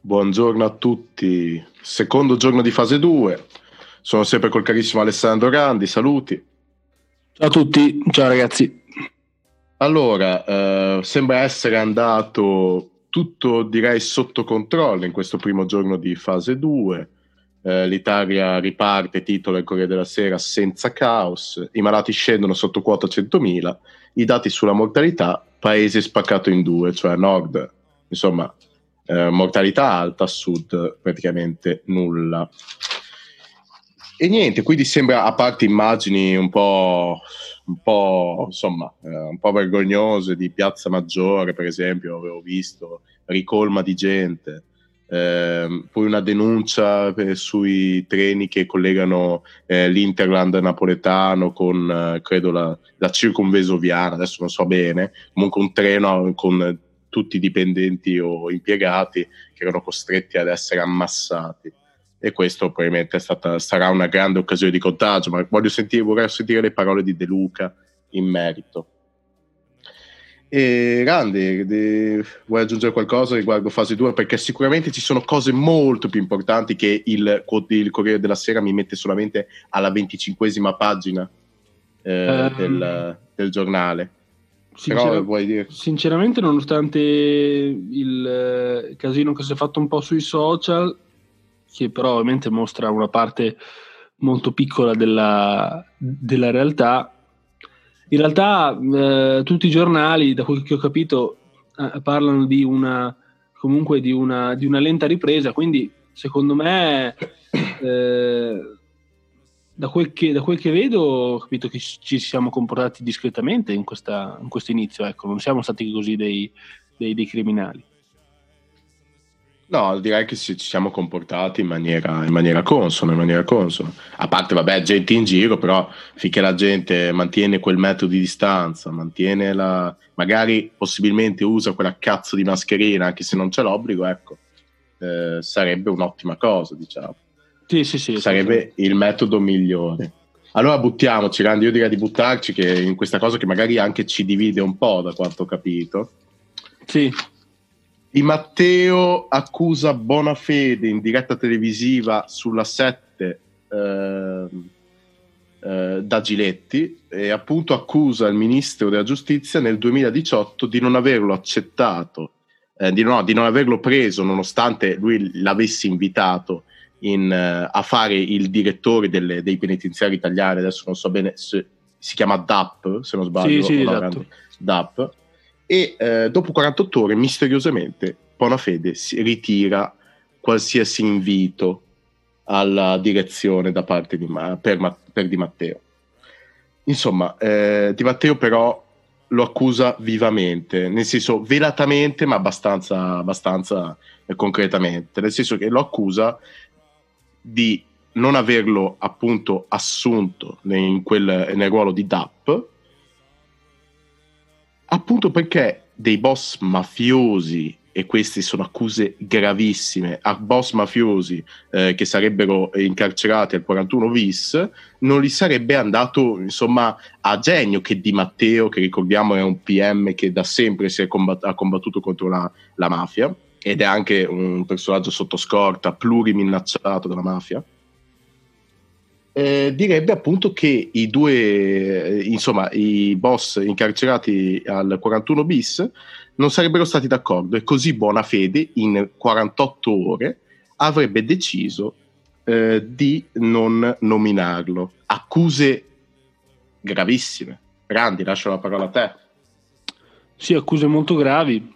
Buongiorno a tutti, secondo giorno di fase 2, sono sempre col carissimo Alessandro Grandi, saluti. Ciao a tutti, ciao ragazzi. Allora, sembra essere andato tutto, direi, sotto controllo in questo primo giorno di fase 2. L'Italia riparte, titolo il Corriere della Sera, senza caos, i malati scendono sotto quota 100.000, i dati sulla mortalità, paese spaccato in due, cioè nord, insomma, mortalità alta, sud praticamente nulla. E niente, quindi sembra, a parte immagini un po' insomma, un po' vergognose di Piazza Maggiore, per esempio, avevo visto, ricolma di gente. Poi una denuncia sui treni che collegano l'Interland napoletano con credo la circumvesuviana, adesso non so bene, comunque un treno con tutti i dipendenti o impiegati che erano costretti ad essere ammassati, e questo probabilmente sarà una grande occasione di contagio, ma vorrei sentire le parole di De Luca in merito. E Randi, vuoi aggiungere qualcosa riguardo fase 2? Perché sicuramente ci sono cose molto più importanti che il Corriere della Sera mi mette solamente alla 25esima pagina del giornale. Però vuoi dire? Sinceramente, nonostante il casino che si è fatto un po' sui social, che però ovviamente mostra una parte molto piccola della realtà, in realtà tutti i giornali, da quel che ho capito, parlano di una lenta ripresa, quindi secondo me da quel che vedo ho capito che ci siamo comportati discretamente in questo inizio, ecco, non siamo stati così dei criminali. No, direi che ci siamo comportati in maniera consona, a parte, vabbè, gente in giro, però finché la gente mantiene quel metro di distanza, magari possibilmente usa quella cazzo di mascherina anche se non c'è l'obbligo, ecco, sarebbe un'ottima cosa, diciamo. Sì, sarebbe il metodo migliore. Allora buttiamoci, Randy, io direi di buttarci che in questa cosa che magari anche ci divide un po', da quanto ho capito. Sì. Di Matteo accusa Bonafede in diretta televisiva sulla 7 da Giletti, e appunto accusa il ministro della giustizia nel 2018 di non averlo accettato, di non averlo preso nonostante lui l'avesse invitato a fare il direttore dei penitenziari italiani. Adesso non so bene se si chiama DAP, se non sbaglio. Sì, esatto. DAP. E dopo 48 ore misteriosamente Bonafede si ritira qualsiasi invito alla direzione da parte per Di Matteo. Insomma, Di Matteo però lo accusa vivamente, nel senso velatamente, ma abbastanza concretamente, nel senso che lo accusa di non averlo appunto assunto nel ruolo di DAP, appunto perché dei boss mafiosi, e queste sono accuse gravissime, a boss mafiosi che sarebbero incarcerati al 41 bis, non gli sarebbe andato insomma a genio che Di Matteo, che ricordiamo è un PM che da sempre ha combattuto contro la mafia ed è anche un personaggio sotto scorta, pluriminacciato dalla mafia. Direbbe appunto che i due, insomma, i boss incarcerati al 41 bis non sarebbero stati d'accordo, e così Bonafede in 48 ore avrebbe deciso di non nominarlo. Accuse gravissime. Randi, lascio la parola a te. Sì, accuse molto gravi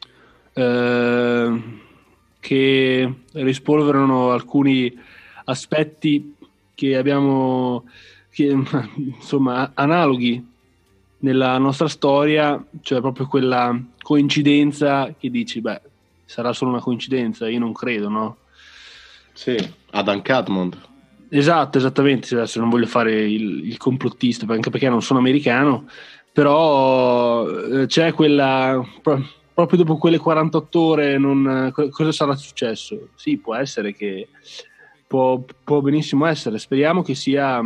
che rispolverano alcuni aspetti che abbiamo, insomma, analoghi nella nostra storia, cioè proprio quella coincidenza che dici, beh, sarà solo una coincidenza, io non credo, no? Sì, Adam Cadmond. Esatto, esattamente, adesso non voglio fare il complottista, anche perché non sono americano, però c'è quella, proprio dopo quelle 48 ore, cosa sarà successo? Sì, può essere che può benissimo essere, speriamo che sia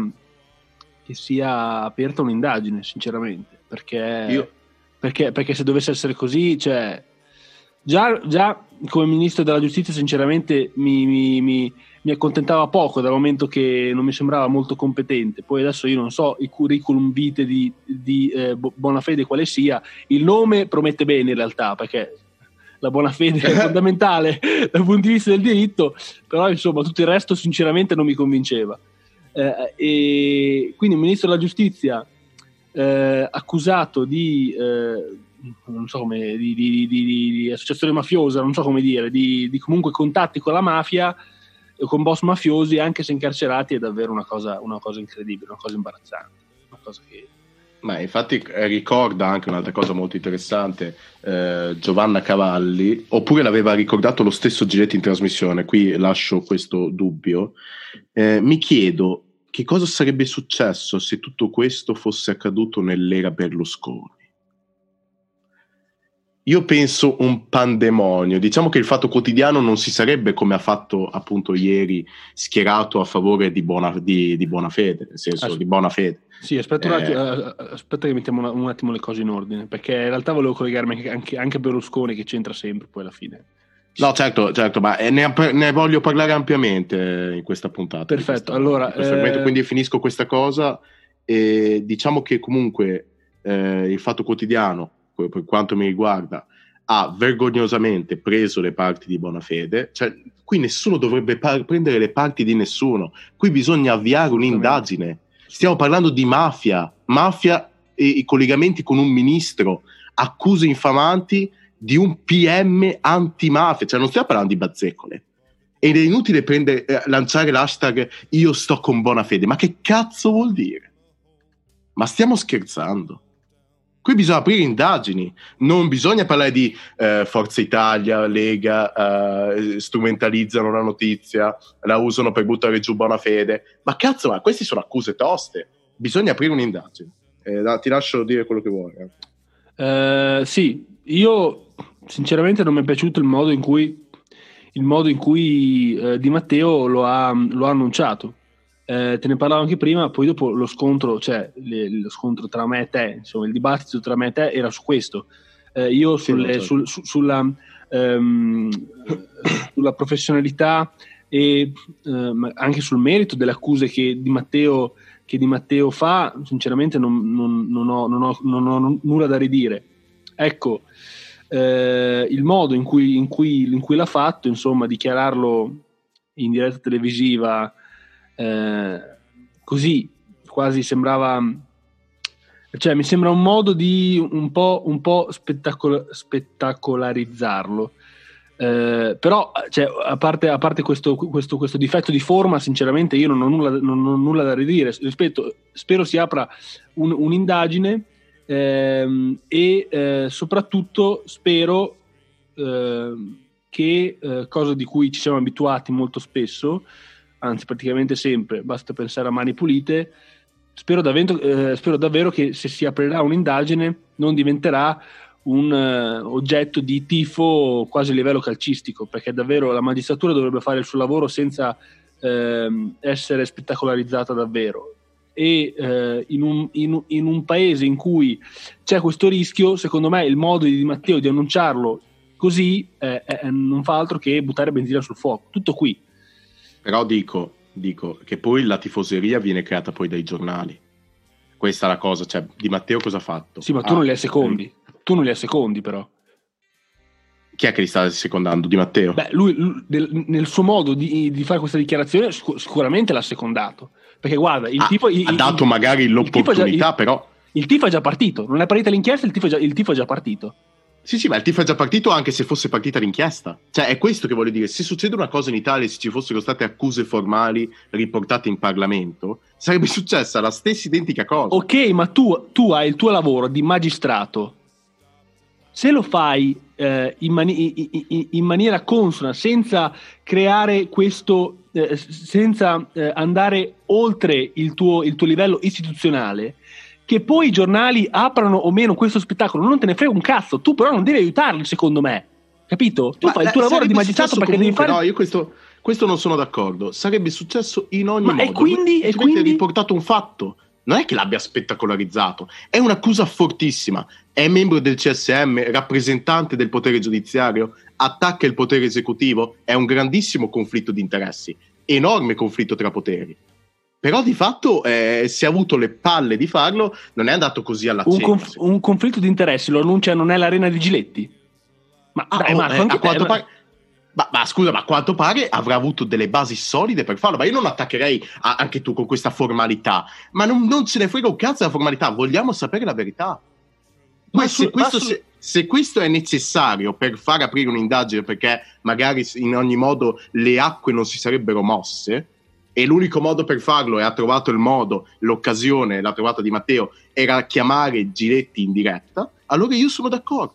aperta un'indagine, sinceramente, perché se dovesse essere così, cioè già come ministro della giustizia sinceramente mi accontentava poco, dal momento che non mi sembrava molto competente. Poi adesso io non so il curriculum vitae di Bonafede quale sia. Il nome promette bene in realtà, perché la buona fede è fondamentale dal punto di vista del diritto, però insomma tutto il resto sinceramente non mi convinceva. E quindi un ministro della giustizia accusato di non so come di associazione mafiosa, non so come dire, di comunque contatti con la mafia, con boss mafiosi, anche se incarcerati, è davvero una cosa incredibile, una cosa imbarazzante, una cosa che... Ma infatti ricorda anche un'altra cosa molto interessante, Giovanna Cavalli, oppure l'aveva ricordato lo stesso Giletti in trasmissione, qui lascio questo dubbio. Mi chiedo che cosa sarebbe successo se tutto questo fosse accaduto nell'era Berlusconi. Io penso un pandemonio. Diciamo che il Fatto Quotidiano non si sarebbe, come ha fatto appunto ieri, schierato a favore di Bonafede, nel senso di buona fede. Sì, aspetta che mettiamo un attimo le cose in ordine, perché in realtà volevo collegarmi anche a Berlusconi, che c'entra sempre poi alla fine. No, certo, ma ne voglio parlare ampiamente in questa puntata. Perfetto, allora... quindi finisco questa cosa e diciamo che comunque il Fatto Quotidiano, per quanto mi riguarda, ha vergognosamente preso le parti di Bonafede. Cioè, qui nessuno dovrebbe prendere le parti di nessuno. Qui bisogna avviare un'indagine. Stiamo parlando di mafia e i collegamenti con un ministro, accuse infamanti di un PM antimafia. Cioè, non stiamo parlando di bazzecole. Ed è inutile lanciare l'hashtag io sto con Bonafede. Ma che cazzo vuol dire? Ma stiamo scherzando? Qui bisogna aprire indagini, non bisogna parlare di Forza Italia, Lega, strumentalizzano la notizia, la usano per buttare giù Bonafede. Ma cazzo, ma queste sono accuse toste. Bisogna aprire un'indagine. Ti lascio dire quello che vuoi. Sì, io sinceramente non mi è piaciuto il modo in cui Di Matteo lo ha annunciato. Te ne parlavo anche prima, poi dopo lo scontro, cioè lo scontro tra me e te, insomma il dibattito tra me e te era su questo. Io sulla professionalità e anche sul merito delle accuse che Di Matteo fa, sinceramente non ho nulla da ridire. Ecco, il modo in cui l'ha fatto, insomma, dichiararlo in diretta televisiva, così quasi sembrava, cioè mi sembra un modo di un po' spettacolarizzarlo, però cioè, a parte questo difetto di forma, sinceramente io non ho nulla da ridire. Spero si apra un'indagine e soprattutto spero che cosa di cui ci siamo abituati molto spesso, anzi praticamente sempre, basta pensare a Mani Pulite. Spero davvero che se si aprirà un'indagine non diventerà un oggetto di tifo quasi a livello calcistico, perché davvero la magistratura dovrebbe fare il suo lavoro senza essere spettacolarizzata davvero. E in un paese in cui c'è questo rischio, secondo me il modo di Di Matteo di annunciarlo così non fa altro che buttare benzina sul fuoco. Tutto qui. Però dico che poi la tifoseria viene creata poi dai giornali. Questa è la cosa, cioè Di Matteo cosa ha fatto? Sì, ma tu non li hai secondi. Tu non li hai secondi, però. Chi è che li sta secondando? Di Matteo? Beh, lui nel suo modo di fare questa dichiarazione sicuramente l'ha secondato. Perché guarda, il tifo ha dato magari l'opportunità, però il tifo è già partito. Non è partita l'inchiesta, il tifo è già partito. Sì, ma il tifo è già partito anche se fosse partita l'inchiesta. Cioè, è questo che voglio dire. Se succede una cosa in Italia, se ci fossero state accuse formali riportate in Parlamento, sarebbe successa la stessa identica cosa. Ok, ma tu hai il tuo lavoro di magistrato. Se lo fai in maniera consona, senza creare questo, senza andare oltre il tuo livello istituzionale, che poi i giornali aprano o meno questo spettacolo, non te ne frega un cazzo. Tu però non devi aiutarli, secondo me, capito? Tu fai il tuo lavoro di magistrato perché comunque, devi fare... No, io questo non sono d'accordo. Sarebbe successo in ogni modo. E quindi hai riportato un fatto. non è che l'abbia spettacolarizzato, è un'accusa fortissima, è membro del CSM, rappresentante del potere giudiziario, attacca il potere esecutivo, è un grandissimo conflitto di interessi, enorme conflitto tra poteri. Però di fatto se ha avuto le palle di farlo, non è andato così alla cieca. Un conflitto di interessi lo annuncia, non è l'Arena di Giletti? Ma dai, Marco, anche a quanto pare... Ma scusa, ma a quanto pare avrà avuto delle basi solide per farlo. Ma io non attaccherei anche tu con questa formalità. Ma non se ne frega un cazzo della formalità. Vogliamo sapere la verità. Se questo è necessario per far aprire un'indagine, perché magari in ogni modo le acque non si sarebbero mosse, e l'unico modo per farlo, e ha trovato il modo, l'occasione l'ha trovata Di Matteo, era chiamare Giletti in diretta, allora io sono d'accordo.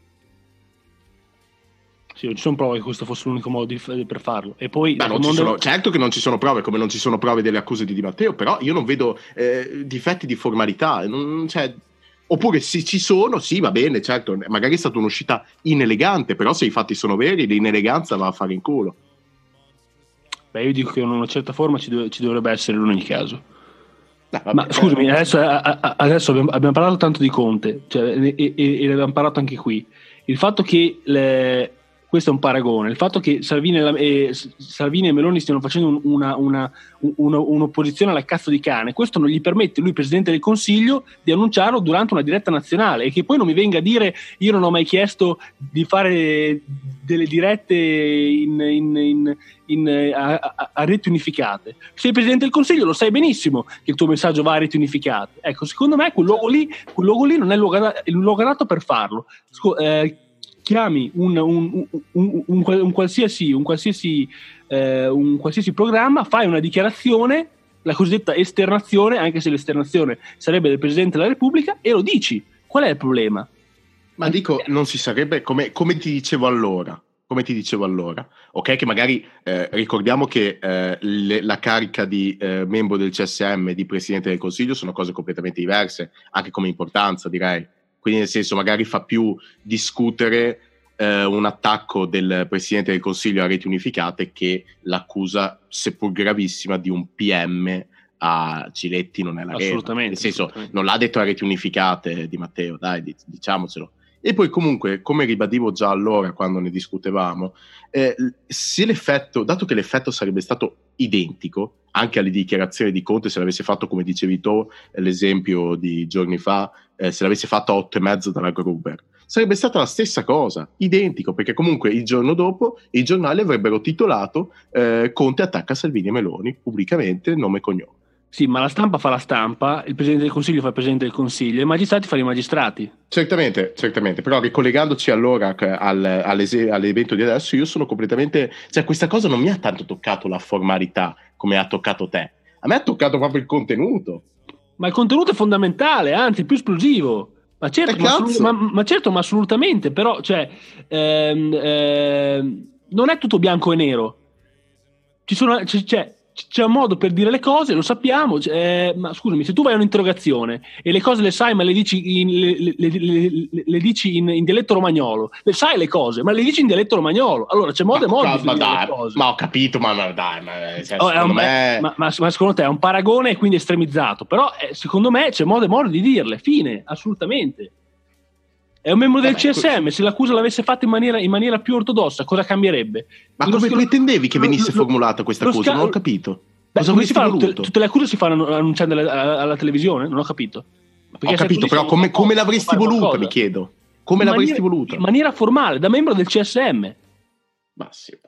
Sì, non ci sono prove che questo fosse l'unico modo per farlo. E poi certo che non ci sono prove, come non ci sono prove delle accuse di Matteo, però io non vedo difetti di formalità. Oppure se ci sono, sì, va bene, certo, magari è stata un'uscita inelegante, però se i fatti sono veri, l'ineleganza va a fare in culo. Beh, io dico che in una certa forma ci dovrebbe essere in ogni caso. Ma scusami, adesso abbiamo parlato tanto di Conte, cioè, e abbiamo parlato anche qui. Il fatto che questo è un paragone, il fatto che Salvini e Meloni stiano facendo un'opposizione alla cazzo di cane, questo non gli permette, lui Presidente del Consiglio, di annunciarlo durante una diretta nazionale, e che poi non mi venga a dire io non ho mai chiesto di fare delle dirette a reti unificate. Sei Presidente del Consiglio, lo sai benissimo che il tuo messaggio va a reti unificate. Ecco, secondo me quel luogo lì non è il luogo adatto per farlo. Chiami un qualsiasi programma, fai una dichiarazione, la cosiddetta esternazione, anche se l'esternazione sarebbe del Presidente della Repubblica, e lo dici. Qual è il problema? Ma dico, non si sarebbe, come ti dicevo allora, ok, che magari ricordiamo che la carica di membro del CSM, di Presidente del Consiglio, sono cose completamente diverse, anche come importanza, direi. Quindi nel senso, magari fa più discutere un attacco del Presidente del Consiglio a reti unificate che l'accusa, seppur gravissima, di un PM a Giletti non è la regola. Nel senso, non l'ha detto a reti unificate Di Matteo, dai, diciamocelo. E poi comunque, come ribadivo già allora quando ne discutevamo, se l'effetto, dato che l'effetto sarebbe stato identico anche alle dichiarazioni di Conte, se l'avesse fatto, come dicevi tu, l'esempio di giorni fa, se l'avesse fatto a 8,5 dalla Gruber, sarebbe stata la stessa cosa, identico, perché comunque il giorno dopo i giornali avrebbero titolato Conte attacca Salvini e Meloni pubblicamente, nome e cognome. Sì, ma la stampa fa la stampa, il Presidente del Consiglio fa il Presidente del Consiglio, i magistrati fanno i magistrati. Certamente, però ricollegandoci allora all'evento di adesso, io sono completamente... Cioè, questa cosa non mi ha tanto toccato la formalità come ha toccato te. A me ha toccato proprio il contenuto. Ma il contenuto è fondamentale, anzi, più esplosivo. Ma certo, ma assolutamente, però, cioè, non è tutto bianco e nero. C'è un modo per dire le cose, lo sappiamo, ma scusami, se tu vai a un'interrogazione e le cose le sai, ma le dici in dialetto romagnolo, le sai le cose, ma le dici in dialetto romagnolo, allora c'è modo e modo di dire le cose. Ma ho capito, ma dai, secondo te è un paragone e quindi estremizzato, però secondo me c'è modo e modo di dirle, fine, assolutamente. È un membro del CSM, se l'accusa l'avesse fatta in maniera più ortodossa, cosa cambierebbe? Ma come pretendevi che venisse formulata questa accusa? Non ho capito. Cosa avresti voluto? Tutte le accuse si fanno annunciando alla televisione? Non ho capito. Ho capito, però come l'avresti voluta, mi chiedo. Come l'avresti voluta? In maniera formale, da membro del CSM. Ma sì.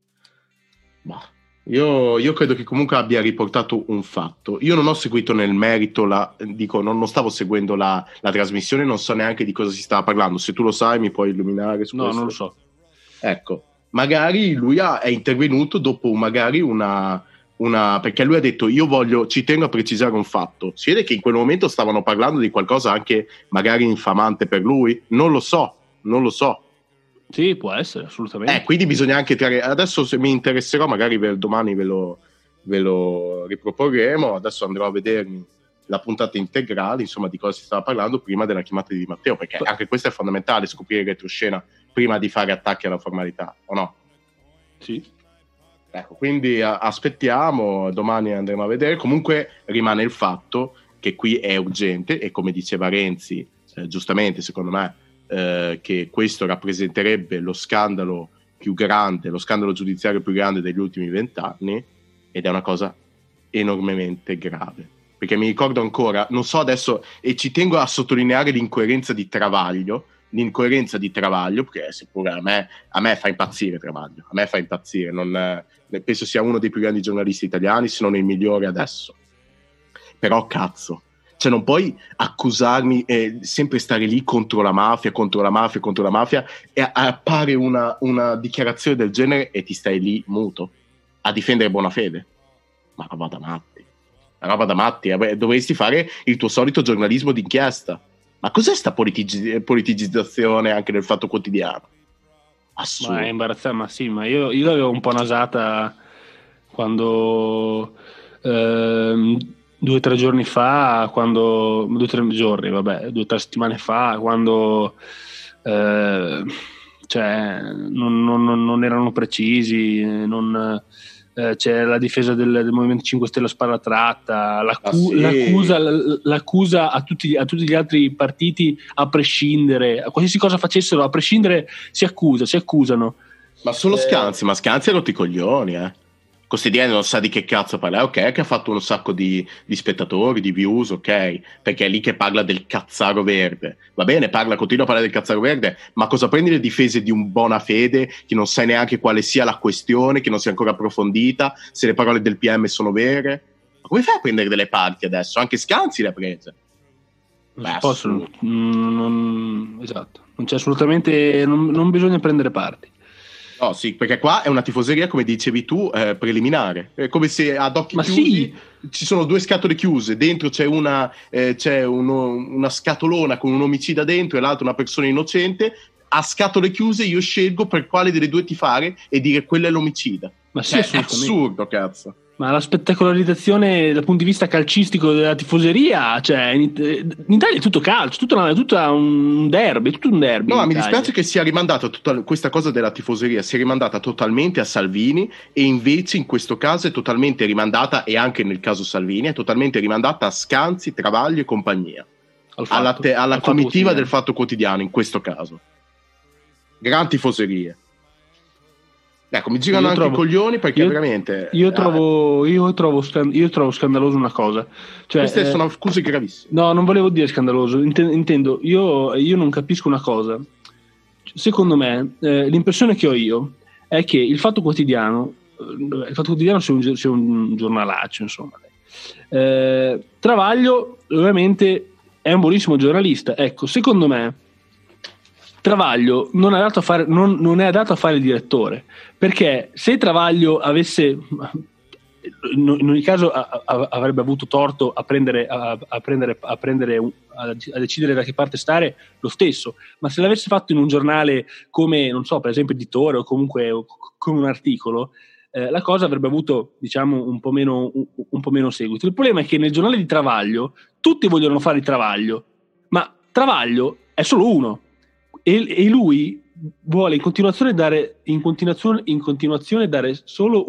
Io credo che comunque abbia riportato un fatto. Io non ho seguito nel merito non stavo seguendo la trasmissione, non so neanche di cosa si stava parlando. Se tu lo sai mi puoi illuminare su questo? No, non lo so. Ecco, magari lui è intervenuto dopo magari perché lui ha detto ci tengo a precisare un fatto. Si vede che in quel momento stavano parlando di qualcosa anche magari infamante per lui, non lo so. Sì, può essere, assolutamente. Quindi bisogna anche adesso, se mi interesserò, magari domani ve lo riproporremo. Adesso andrò a vedermi la puntata integrale, insomma, di cosa si stava parlando prima della chiamata di Di Matteo, perché anche questo è fondamentale, scoprire il retroscena prima di fare attacchi alla formalità, o no? Sì. Ecco, quindi aspettiamo, domani andremo a vedere. Comunque rimane il fatto che qui è urgente, e come diceva Renzi, giustamente secondo me, che questo rappresenterebbe lo scandalo più grande, lo scandalo giudiziario più grande degli ultimi 20 anni, ed è una cosa enormemente grave. Perché mi ricordo ancora, non so adesso, e ci tengo a sottolineare l'incoerenza di Travaglio, perché seppure a me fa impazzire Travaglio, a me fa impazzire, penso sia uno dei più grandi giornalisti italiani, se non il migliore adesso. Però cazzo, cioè non puoi accusarmi e sempre stare lì contro la mafia, e appare una dichiarazione del genere e ti stai lì muto a difendere Bonafede. Ma roba da matti, dovresti fare il tuo solito giornalismo d'inchiesta. Ma cos'è sta politicizzazione anche del Fatto Quotidiano? Assurdo. Ma è imbarazzante, ma sì, ma io l'avevo un po' nasata quando 2 o 3 giorni fa, 2 o 3 giorni, 2 o 3 settimane fa, quando cioè non erano precisi, c'è la difesa del Movimento 5 Stelle a spada tratta, l'accusa a tutti gli altri partiti, a prescindere, a qualsiasi cosa facessero, a prescindere si accusano. Ma solo Scanzi, ma Scanzi ha rotto i coglioni, Costidiani non sa di che cazzo parla, ok, che ha fatto un sacco di spettatori, di views, ok, perché è lì che parla del cazzaro verde, va bene, continua a parlare del cazzaro verde, ma cosa prendi le difese di un Bonafede che non sai neanche quale sia la questione, che non sia ancora approfondita, se le parole del PM sono vere? Ma come fai a prendere delle parti adesso? Anche Scanzi le ha prese. Esatto, non c'è assolutamente, non bisogna prendere parti. No, sì, perché qua è una tifoseria, come dicevi tu, preliminare. È come se ad occhi chiusi ci sono 2 scatole chiuse, dentro c'è una scatolona con un omicida dentro e l'altra una persona innocente. A scatole chiuse io scelgo per quale delle 2 tifare e dire quella è l'omicida. Ma sì, è assurdo, cazzo. Ma la spettacolarizzazione dal punto di vista calcistico della tifoseria, cioè in Italia è tutto calcio, tutto un derby, tutto un derby. No, mi dispiace che sia rimandata questa cosa della tifoseria, sia rimandata totalmente a Salvini, e invece in questo caso è totalmente rimandata, e anche nel caso Salvini è totalmente rimandata a Scanzi, Travaglio e compagnia, alla comitiva del Fatto Quotidiano in questo caso. Gran tifoserie. Ecco, mi girano anche i coglioni, perché veramente io trovo scandaloso una cosa, cioè, queste sono accuse gravissime. No, non volevo dire scandaloso, intendo io non capisco una cosa. Secondo me l'impressione che ho io è che il Fatto Quotidiano sia un giornalaccio, insomma. Travaglio ovviamente è un buonissimo giornalista, ecco, secondo me Travaglio non è adatto a fare il direttore, perché se Travaglio avesse in ogni caso avrebbe avuto torto a decidere da che parte stare lo stesso, ma se l'avesse fatto in un giornale come, non so, per esempio Editore, o comunque come un articolo, la cosa avrebbe avuto, diciamo, un po' meno seguito. Il problema è che nel giornale di Travaglio tutti vogliono fare il Travaglio, ma Travaglio è solo uno. E lui vuole in continuazione dare solo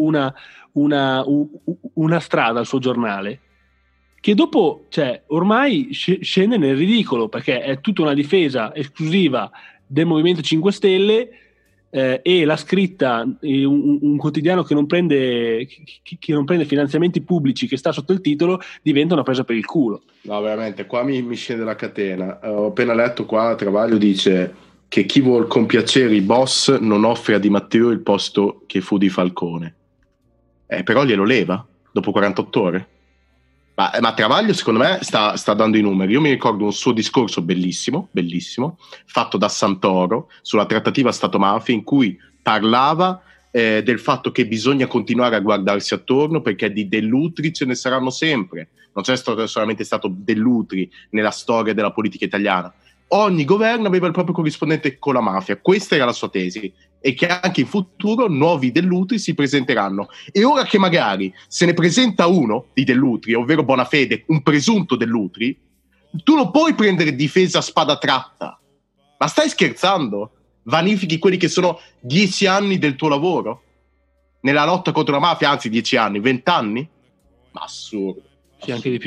una strada al suo giornale, che dopo, cioè, ormai scende nel ridicolo, perché è tutta una difesa esclusiva del Movimento 5 Stelle, e la scritta, un quotidiano che non prende finanziamenti pubblici, che sta sotto il titolo, diventa una presa per il culo. No, veramente, qua mi scende la catena. Ho appena letto qua, Travaglio dice che chi vuol compiacere i boss non offre a Di Matteo il posto che fu di Falcone. Però glielo leva dopo 48 ore. Ma Travaglio secondo me sta dando i numeri. Io mi ricordo un suo discorso bellissimo, fatto da Santoro sulla trattativa Stato-mafia, in cui parlava del fatto che bisogna continuare a guardarsi attorno, perché di Dell'Utri ce ne saranno sempre. Non c'è solamente stato Dell'Utri nella storia della politica italiana. Ogni governo aveva il proprio corrispondente con la mafia, questa era la sua tesi, e che anche in futuro nuovi Dell'Utri si presenteranno. E ora che magari se ne presenta uno di Dell'Utri, ovvero Bonafede, un presunto Dell'Utri, tu non puoi prendere difesa a spada tratta. Ma stai scherzando? Vanifichi quelli che sono 10 anni del tuo lavoro nella lotta contro la mafia, anzi 10 anni, 20 anni? Ma assurdo. Sì, anche di più.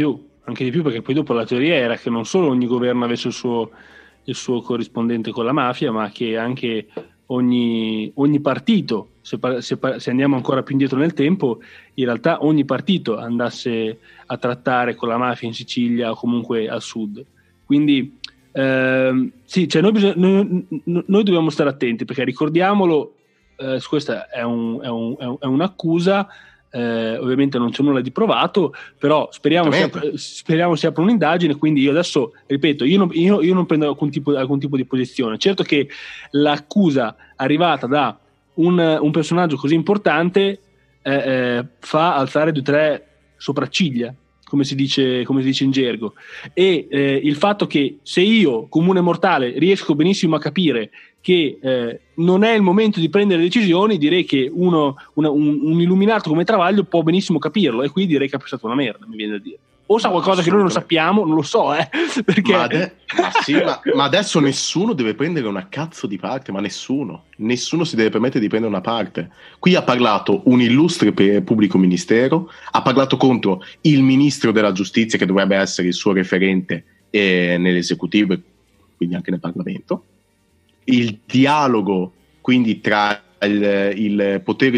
anche di più, perché poi dopo la teoria era che non solo ogni governo avesse il suo corrispondente con la mafia, ma che anche ogni partito, se andiamo ancora più indietro nel tempo, in realtà ogni partito andasse a trattare con la mafia in Sicilia o comunque al sud. Quindi sì, cioè noi dobbiamo stare attenti, perché ricordiamolo, questa è un'accusa, ovviamente non c'è nulla di provato, però speriamo si apra un'indagine. Quindi io adesso ripeto, io non prendo alcun tipo di posizione. Certo che l'accusa arrivata da un personaggio così importante fa alzare 2 o 3 sopracciglia, come si dice in gergo, e il fatto che, se io comune mortale riesco benissimo a capire che non è il momento di prendere decisioni, direi che un illuminato come Travaglio può benissimo capirlo, e qui direi che ha pensato una merda, mi viene da dire. O sa qualcosa che noi non sappiamo, non lo so, perché... ma adesso nessuno deve prendere una cazzo di parte, ma nessuno si deve permettere di prendere una parte. Qui ha parlato un illustre pubblico ministero, ha parlato contro il ministro della giustizia, che dovrebbe essere il suo referente nell'esecutivo, quindi anche nel Parlamento. Il dialogo quindi tra il potere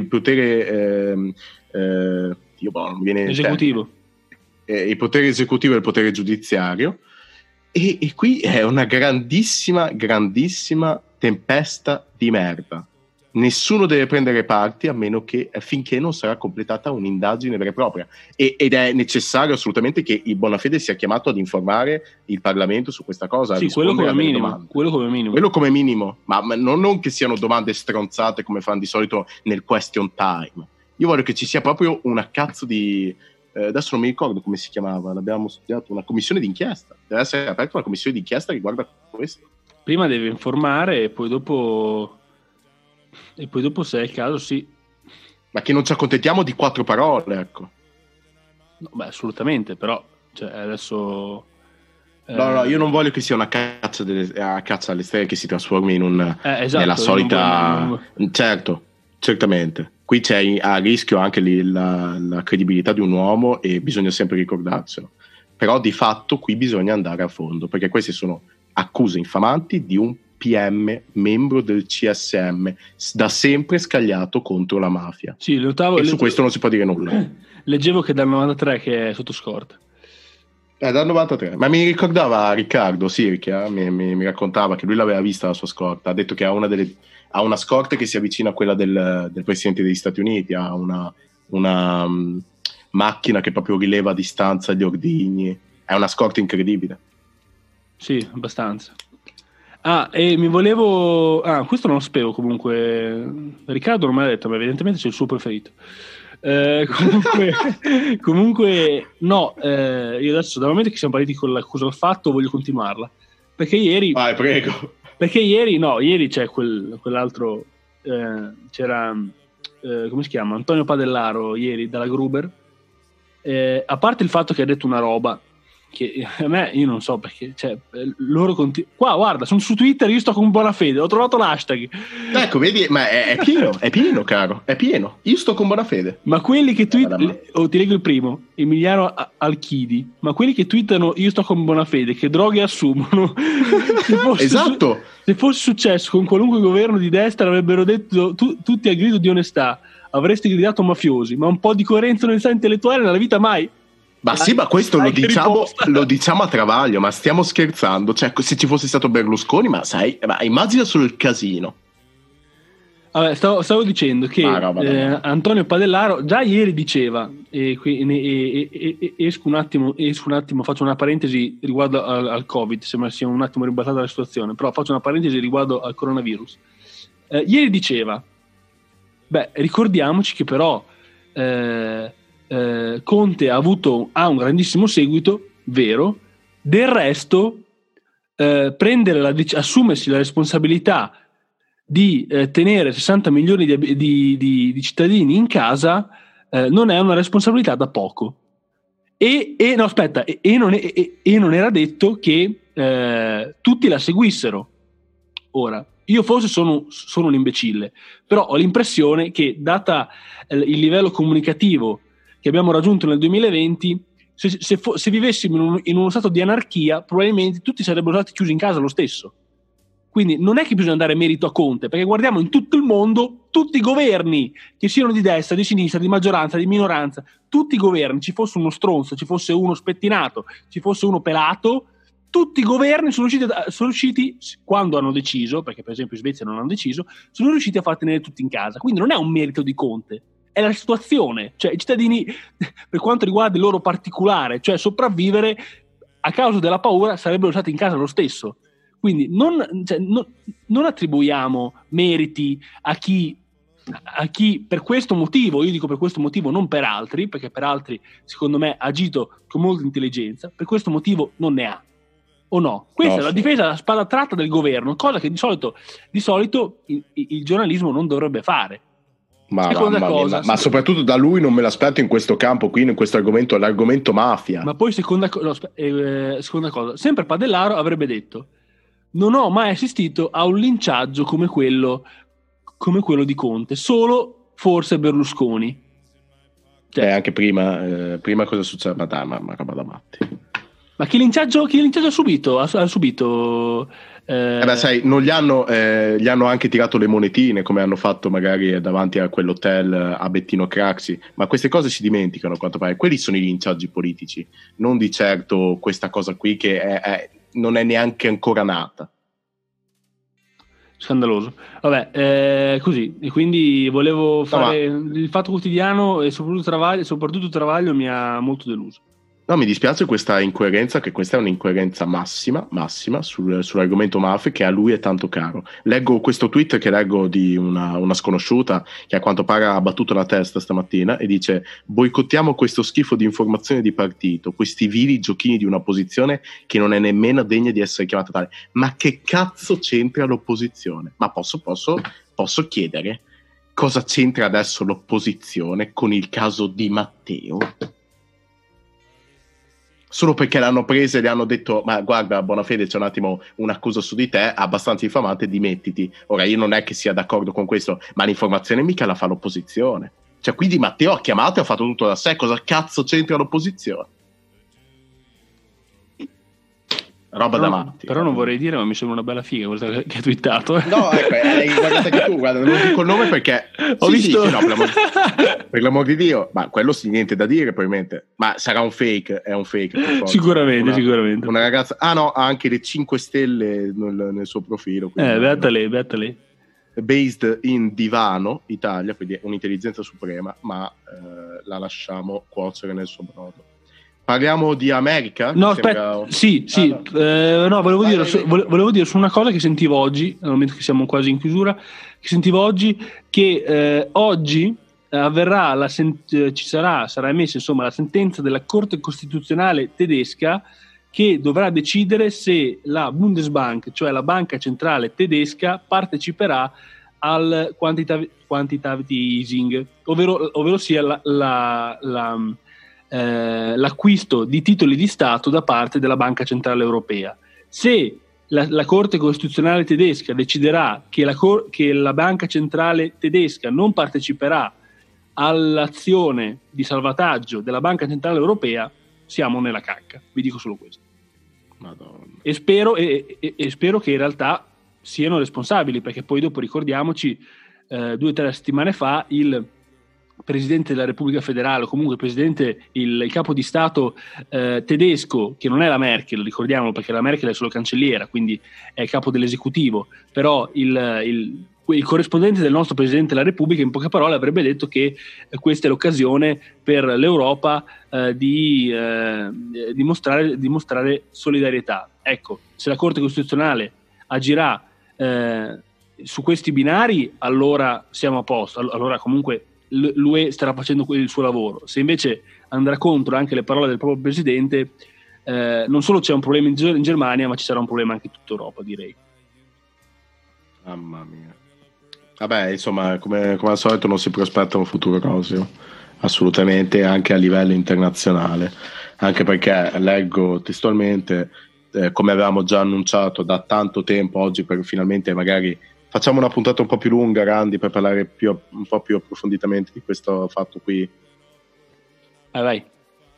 esecutivo, il potere esecutivo e il potere giudiziario, e qui è una grandissima tempesta di merda. Nessuno deve prendere parti, a meno che finché non sarà completata un'indagine vera e propria, ed è necessario assolutamente che il Bonafede sia chiamato ad informare il Parlamento su questa cosa. Sì, quello come minimo, ma non che siano domande stronzate come fanno di solito nel question time. Io voglio che ci sia proprio una cazzo di... adesso non mi ricordo come si chiamava, l'abbiamo studiato, una commissione d'inchiesta. Deve essere aperta una commissione d'inchiesta riguardo a questo. Prima deve informare, e poi dopo, se è il caso, sì. Ma che non ci accontentiamo di 4 parole, ecco. No, beh, assolutamente, però cioè, adesso... No, io non voglio che sia una caccia alle stelle che si trasformi in esatto, nella solita... Certo, certamente. Qui c'è a rischio anche la credibilità di un uomo, e bisogna sempre ricordarselo. Però di fatto qui bisogna andare a fondo, perché queste sono accuse infamanti di un PM membro del CSM, da sempre scagliato contro la mafia. Sì, su questo non si può dire nulla. Leggevo che dal 93 che è sotto scorta. Dal 93, ma mi ricordava Riccardo Sirchia, mi raccontava che lui l'aveva vista la sua scorta, ha detto che ha una scorta che si avvicina a quella del Presidente degli Stati Uniti, ha una macchina che proprio rileva a distanza gli ordigni, è una scorta incredibile. Sì, abbastanza. E mi volevo... questo non lo sapevo comunque, Riccardo non me l'ha detto, ma evidentemente c'è il suo preferito. Comunque no, io adesso, dal momento che siamo partiti con l'accusa al fatto, voglio continuarla, perché ieri... Vai, prego. Perché ieri c'è quell'altro, c'era, come si chiama? Antonio Padellaro, ieri, dalla Gruber, a parte il fatto che ha detto una roba che a me, io non so perché, cioè, loro qua, guarda, sono su Twitter, io sto con Bonafede, ho trovato l'hashtag. Ecco, vedi, ma è pieno, caro, è pieno. Io sto con Bonafede. Ma quelli che twittano, ti leggo il primo, Emiliano Alchidi, ma quelli che twittano io sto con Bonafede, che droghe assumono? Esatto. Se fosse successo con qualunque governo di destra, avrebbero detto tutti a grido di onestà, avresti gridato mafiosi, ma un po' di coerenza onestà intellettuale nella vita mai. Ma sì, ma questo lo diciamo a Travaglio, ma stiamo scherzando? Cioè, se ci fosse stato Berlusconi, ma immagina solo il casino. Vabbè, stavo dicendo che Antonio Padellaro già ieri diceva, esco un attimo, faccio una parentesi riguardo al Covid, sembra sia un attimo ribaltata la situazione, però faccio una parentesi riguardo al coronavirus. Ieri diceva, ricordiamoci che però Conte ha un grandissimo seguito, vero, del resto assumersi la responsabilità di tenere 60 milioni di cittadini in casa non è una responsabilità da poco. Non era detto che tutti la seguissero. Ora, io forse sono un imbecille, però ho l'impressione che, data il livello comunicativo che abbiamo raggiunto nel 2020, se vivessimo in uno stato di anarchia, probabilmente tutti sarebbero stati chiusi in casa lo stesso. Quindi non è che bisogna dare merito a Conte, perché guardiamo in tutto il mondo, tutti i governi, che siano di destra, di sinistra, di maggioranza, di minoranza, tutti i governi, ci fosse uno stronzo, ci fosse uno spettinato, ci fosse uno pelato, tutti i governi sono riusciti, quando hanno deciso, perché per esempio in Svezia non hanno deciso, sono riusciti a far tenere tutti in casa. Quindi non è un merito di Conte, è la situazione. Cioè i cittadini, per quanto riguarda il loro particolare, cioè sopravvivere, a causa della paura sarebbero stati in casa lo stesso. Quindi non attribuiamo meriti a chi per questo motivo, io dico per questo motivo, non per altri, perché per altri secondo me ha agito con molta intelligenza, per questo motivo non ne ha. O no? Questa è la difesa a spada tratta del governo, cosa che di solito il giornalismo non dovrebbe fare. Ma soprattutto da lui non me l'aspetto in questo campo qui, in questo argomento, l'argomento mafia. Ma poi seconda cosa, sempre Padellaro avrebbe detto: non ho mai assistito a un linciaggio come quello di Conte, solo forse Berlusconi. Cioè, anche prima cosa succede? Ma roba da matti. Ma che linciaggio ha subito? Ha subito sai, non gli hanno anche tirato le monetine come hanno fatto magari davanti a quell'hotel a Bettino Craxi, ma queste cose si dimenticano a quanto pare. Quelli sono i linciaggi politici, non di certo questa cosa qui che non è neanche ancora nata. Scandaloso. Vabbè, così, e quindi volevo fare il Fatto Quotidiano e soprattutto Travaglio mi ha molto deluso. No, mi dispiace questa incoerenza, che questa è un'incoerenza massima sull'argomento mafia, che a lui è tanto caro. Leggo questo tweet che leggo di una sconosciuta che a quanto pare ha battuto la testa stamattina e dice: boicottiamo questo schifo di informazione di partito, questi vili giochini di un'opposizione che non è nemmeno degna di essere chiamata tale. Ma che cazzo c'entra l'opposizione? Ma posso chiedere cosa c'entra adesso l'opposizione con il caso Di Matteo? Solo perché l'hanno presa e le hanno detto: ma guarda Bonafede, c'è un attimo un'accusa su di te abbastanza infamante, dimettiti. Ora io non è che sia d'accordo con questo, ma l'informazione mica la fa l'opposizione. Cioè qui Di Matteo ha chiamato e ha fatto tutto da sé. Cosa cazzo c'entra l'opposizione? Roba da matti. Però non vorrei dire, ma mi sembra una bella figa questa che ha twittato. No, ecco, guardate che tu, guarda, non dico il nome perché ho visto. Sì, no, per l'amor di Dio, ma quello sì, niente da dire probabilmente, ma sarà un fake, è un fake. Sicuramente. Una ragazza, ha anche le 5 stelle nel suo profilo. Beata lei. Based in Divano, Italia, quindi è un'intelligenza suprema, ma la lasciamo cuocere nel suo brodo. Parliamo di America? No, aspetta, sì. Volevo dire su una cosa che sentivo oggi, nel momento che siamo quasi in chiusura, che oggi avverrà sarà emessa insomma la sentenza della Corte Costituzionale tedesca, che dovrà decidere se la Bundesbank, cioè la banca centrale tedesca, parteciperà al quantitative easing, ovvero sia l'acquisto di titoli di Stato da parte della Banca Centrale Europea. Se la Corte Costituzionale tedesca deciderà che la Banca Centrale tedesca non parteciperà all'azione di salvataggio della Banca Centrale Europea, siamo nella cacca. Vi dico solo questo. Madonna. E spero che in realtà siano responsabili, perché poi dopo ricordiamoci 2 o 3 settimane fa il Presidente della Repubblica Federale, o comunque il capo di Stato tedesco, che non è la Merkel, ricordiamolo, perché la Merkel è solo cancelliera, quindi è il capo dell'esecutivo, però il corrispondente del nostro Presidente della Repubblica, in poche parole, avrebbe detto che questa è l'occasione per l'Europa di dimostrare solidarietà. Ecco, se la Corte Costituzionale agirà su questi binari, allora siamo a posto, allora comunque l'UE starà facendo il suo lavoro. Se invece andrà contro anche le parole del proprio Presidente, non solo c'è un problema in Germania, ma ci sarà un problema anche in tutta Europa, direi. Mamma mia. Vabbè, insomma, come al solito non si prospetta un futuro roseo, assolutamente, anche a livello internazionale, anche perché leggo testualmente, come avevamo già annunciato da tanto tempo, oggi per finalmente magari facciamo una puntata un po' più lunga, Randy, per parlare un po' più approfonditamente di questo fatto qui. Vai.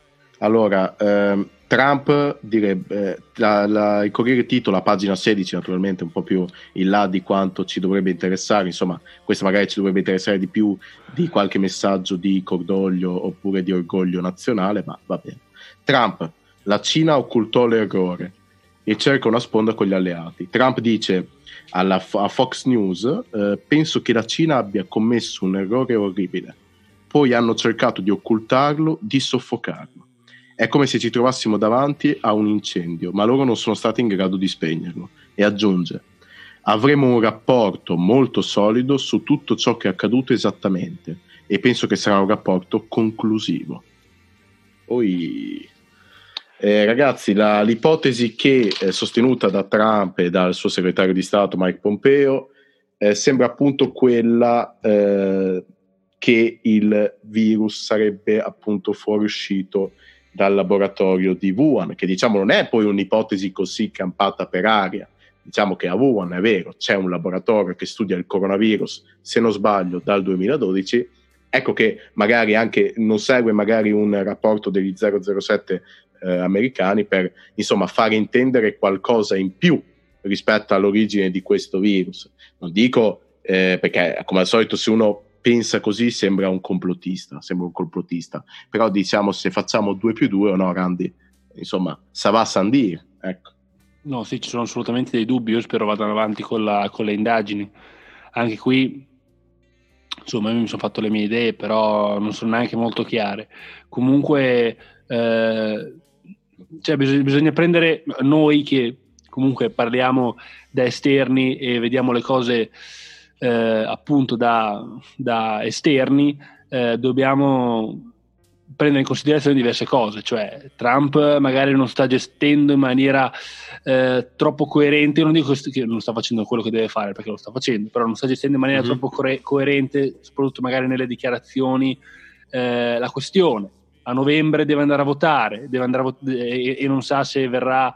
Allora, Trump direbbe, il Corriere titola, pagina 16, naturalmente un po' più in là di quanto ci dovrebbe interessare, insomma, questo magari ci dovrebbe interessare di più di qualche messaggio di cordoglio oppure di orgoglio nazionale, ma va bene. Trump, la Cina occultò l'errore e cerca una sponda con gli alleati. Trump dice a Fox News, penso che la Cina abbia commesso un errore orribile, poi hanno cercato di occultarlo, di soffocarlo. È come se ci trovassimo davanti a un incendio, ma loro non sono stati in grado di spegnerlo. E aggiunge, avremo un rapporto molto solido su tutto ciò che è accaduto esattamente, e penso che sarà un rapporto conclusivo. Poi, ragazzi, l'ipotesi che è sostenuta da Trump e dal suo segretario di Stato Mike Pompeo sembra appunto quella che il virus sarebbe appunto fuoriuscito dal laboratorio di Wuhan, che diciamo non è poi un'ipotesi così campata per aria. Diciamo che a Wuhan è vero, c'è un laboratorio che studia il coronavirus, se non sbaglio dal 2012, ecco che magari anche non segue magari un rapporto degli 007 americani per insomma fare intendere qualcosa in più rispetto all'origine di questo virus. Non dico perché come al solito se uno pensa così sembra un complottista, però diciamo se facciamo 2 più 2 o no, Randy, insomma, ça va sans dire, ecco. No, sì, ci sono assolutamente dei dubbi, io spero vadano avanti con le indagini. Anche qui, insomma, io mi sono fatto le mie idee, però non sono neanche molto chiare. Comunque, cioè bisogna prendere noi che comunque parliamo da esterni e vediamo le cose appunto da esterni, dobbiamo prendere in considerazione diverse cose, cioè Trump magari non sta gestendo in maniera troppo coerente, io non dico che non sta facendo quello che deve fare perché lo sta facendo, però non sta gestendo in maniera troppo coerente, soprattutto magari nelle dichiarazioni, la questione. A novembre deve andare a votare, e non sa se verrà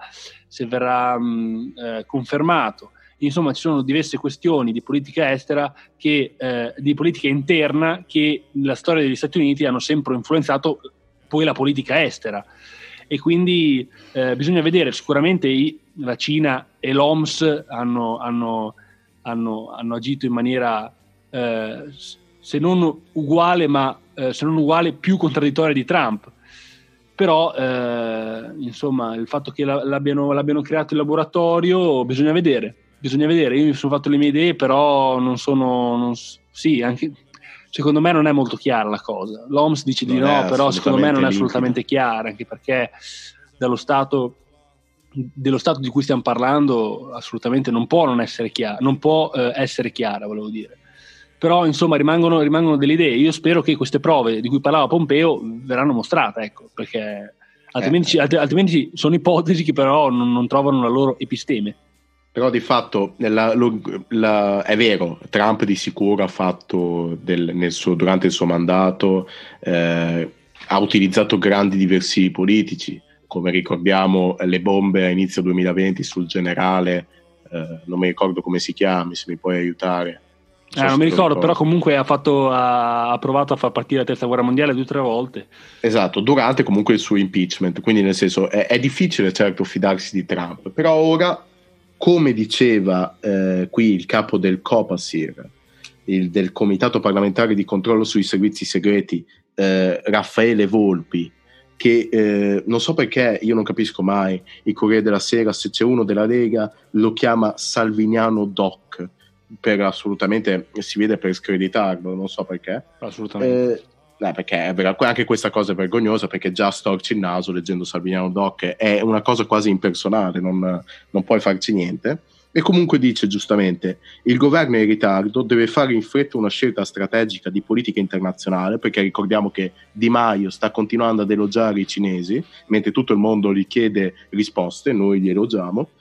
confermato. Insomma, ci sono diverse questioni di politica estera di politica interna che nella storia degli Stati Uniti hanno sempre influenzato poi la politica estera, e quindi bisogna vedere. Sicuramente la Cina e l'OMS hanno agito in maniera se non uguale, ma se non uguale più contraddittoria di Trump. Però insomma il fatto che l'abbiano creato in laboratorio bisogna vedere. Io mi sono fatto le mie idee, però sì, anche secondo me non è molto chiara la cosa. L'OMS dice di no, però secondo me non è assolutamente chiara, anche perché dello stato di cui stiamo parlando assolutamente non può essere chiara, volevo dire. Però insomma rimangono delle idee. Io spero che queste prove di cui parlava Pompeo verranno mostrate, ecco, perché altrimenti sono ipotesi che però non trovano la loro episteme. Però di fatto è vero, Trump di sicuro ha fatto durante il suo mandato ha utilizzato grandi diversivi politici, come ricordiamo le bombe a inizio 2020 sul generale, non mi ricordo come si chiami, se mi puoi aiutare. Non mi ricordo, però comunque ha provato a far partire la terza guerra mondiale 2 o 3 volte. Esatto, durante comunque il suo impeachment, quindi nel senso è difficile certo fidarsi di Trump, però ora, come diceva qui il capo del COPASIR, del Comitato Parlamentare di Controllo sui Servizi Segreti, Raffaele Volpi, che non so perché, io non capisco mai, il Corriere della Sera, se c'è uno della Lega, lo chiama Salviniano Doc, assolutamente si vede per screditarlo, non so perché. Assolutamente. Perché anche questa cosa è vergognosa, perché già storci il naso leggendo Salviniano Doc, è una cosa quasi impersonale, non puoi farci niente. E comunque dice giustamente: il governo è in ritardo, deve fare in fretta una scelta strategica di politica internazionale, perché ricordiamo che Di Maio sta continuando ad elogiare i cinesi mentre tutto il mondo gli chiede risposte, noi li elogiamo.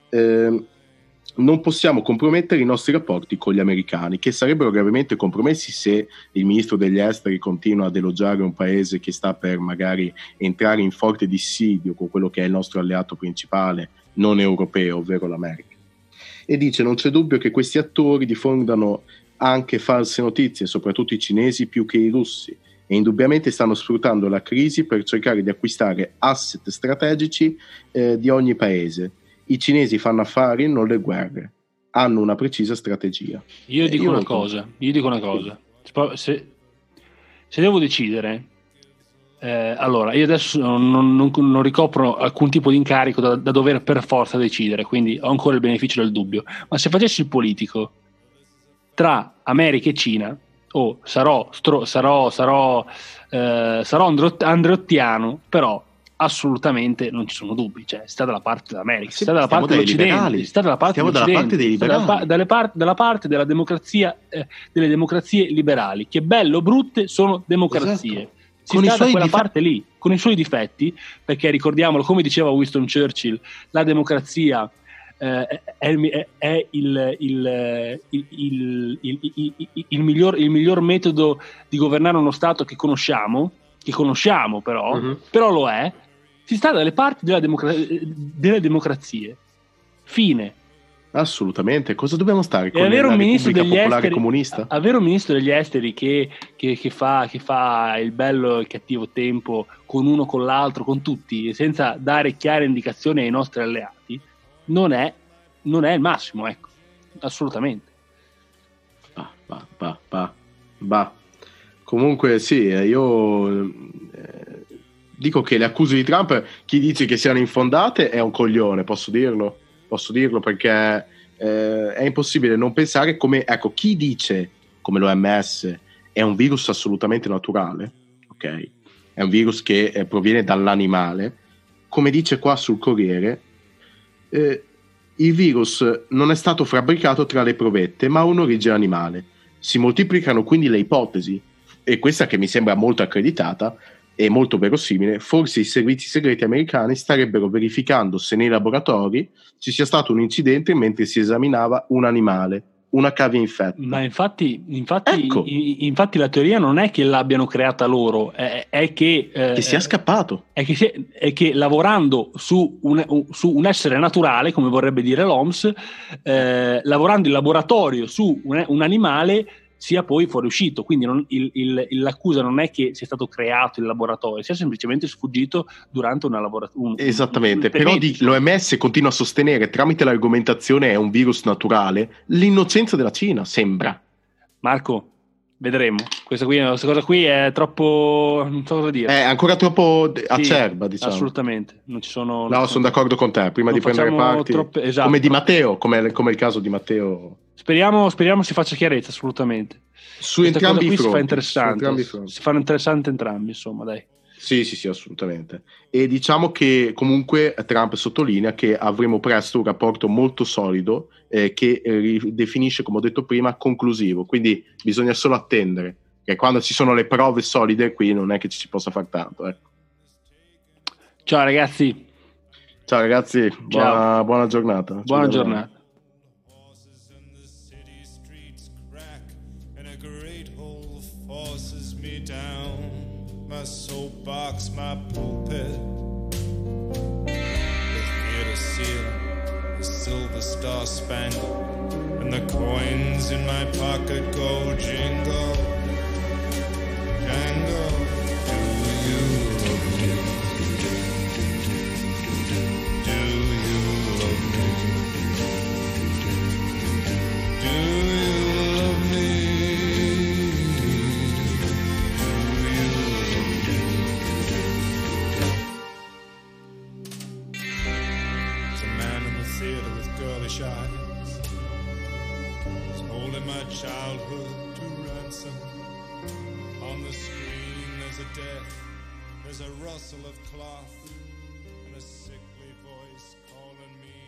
Non possiamo compromettere i nostri rapporti con gli americani, che sarebbero gravemente compromessi se il ministro degli esteri continua ad elogiare un paese che sta per magari entrare in forte dissidio con quello che è il nostro alleato principale non europeo, ovvero l'America. E dice: non c'è dubbio che questi attori diffondano anche false notizie, soprattutto i cinesi più che i russi, e indubbiamente stanno sfruttando la crisi per cercare di acquistare asset strategici di ogni paese. I cinesi fanno affari, non le guerre, hanno una precisa strategia. Io dico una cosa. Se devo decidere, allora, io adesso non ricopro alcun tipo di incarico da dover per forza decidere, quindi ho ancora il beneficio del dubbio, ma se facessi il politico tra America e Cina, sarò andreottiano, però assolutamente non ci sono dubbi, cioè sta dalla parte dell'America, sta dalla parte dell'Occidente, sta dalla parte dell'Occidente, dalla parte della democrazia, delle democrazie liberali, che belle o brutte sono democrazie. Esatto. Si sta da quella parte lì, con i suoi difetti, perché ricordiamolo, come diceva Winston Churchill, la democrazia è il miglior metodo di governare uno Stato che conosciamo però lo è. Si sta dalle parti delle democrazie. Fine. Assolutamente. Cosa dobbiamo stare con avere la un ministro Repubblica degli Popolare esteri, Comunista? avere un ministro degli esteri che fa il bello e il cattivo tempo con uno, con l'altro, con tutti, senza dare chiare indicazioni ai nostri alleati, non è il massimo, ecco. Assolutamente. Comunque sì, io dico che le accuse di Trump, chi dice che siano infondate è un coglione, posso dirlo perché è impossibile non pensare come, ecco, chi dice come l'OMS è un virus assolutamente naturale, ok? È un virus che proviene dall'animale, come dice qua sul Corriere, il virus non è stato fabbricato tra le provette ma ha un'origine animale. Si moltiplicano quindi le ipotesi, e questa che mi sembra molto accreditata e molto verosimile. Forse i servizi segreti americani starebbero verificando se nei laboratori ci sia stato un incidente mentre si esaminava un animale, una cavia infetta. Ma infatti Ecco. infatti la teoria non è che l'abbiano creata loro, è che sia scappato. È che lavorando su un essere naturale, come vorrebbe dire l'OMS, lavorando in laboratorio su un animale, sia poi fuoriuscito. Quindi l'accusa non è che sia stato creato il laboratorio, sia semplicemente sfuggito durante una lavorazione. Esattamente, però l'OMS continua a sostenere, tramite l'argomentazione è un virus naturale, l'innocenza della Cina, sembra. Marco, vedremo. Questa cosa qui è troppo, non so cosa dire. È ancora troppo acerba, diciamo. Assolutamente. Non ci sono. No, sono d'accordo con te. Prima di prendere parti, esatto. Come di Matteo, come il caso di Matteo. Speriamo si faccia chiarezza, assolutamente. Su entrambi i fronti. Si fa interessante. Si fanno interessanti entrambi, insomma, dai. Sì, assolutamente. E diciamo che comunque Trump sottolinea che avremo presto un rapporto molto solido che definisce, come ho detto prima, conclusivo. Quindi bisogna solo attendere, che quando ci sono le prove solide qui non è che ci si possa far tanto. Ecco. Ciao ragazzi. Buona giornata. Buona giornata. My soapbox, my pulpit, the theater ceiling is silver star spangled, and the coins in my pocket go jingle, jangle. Do you love me? Do you love me? Do you love me? Eyes, was holding my childhood to ransom. On the screen there's a death, there's a rustle of cloth, and a sickly voice calling me.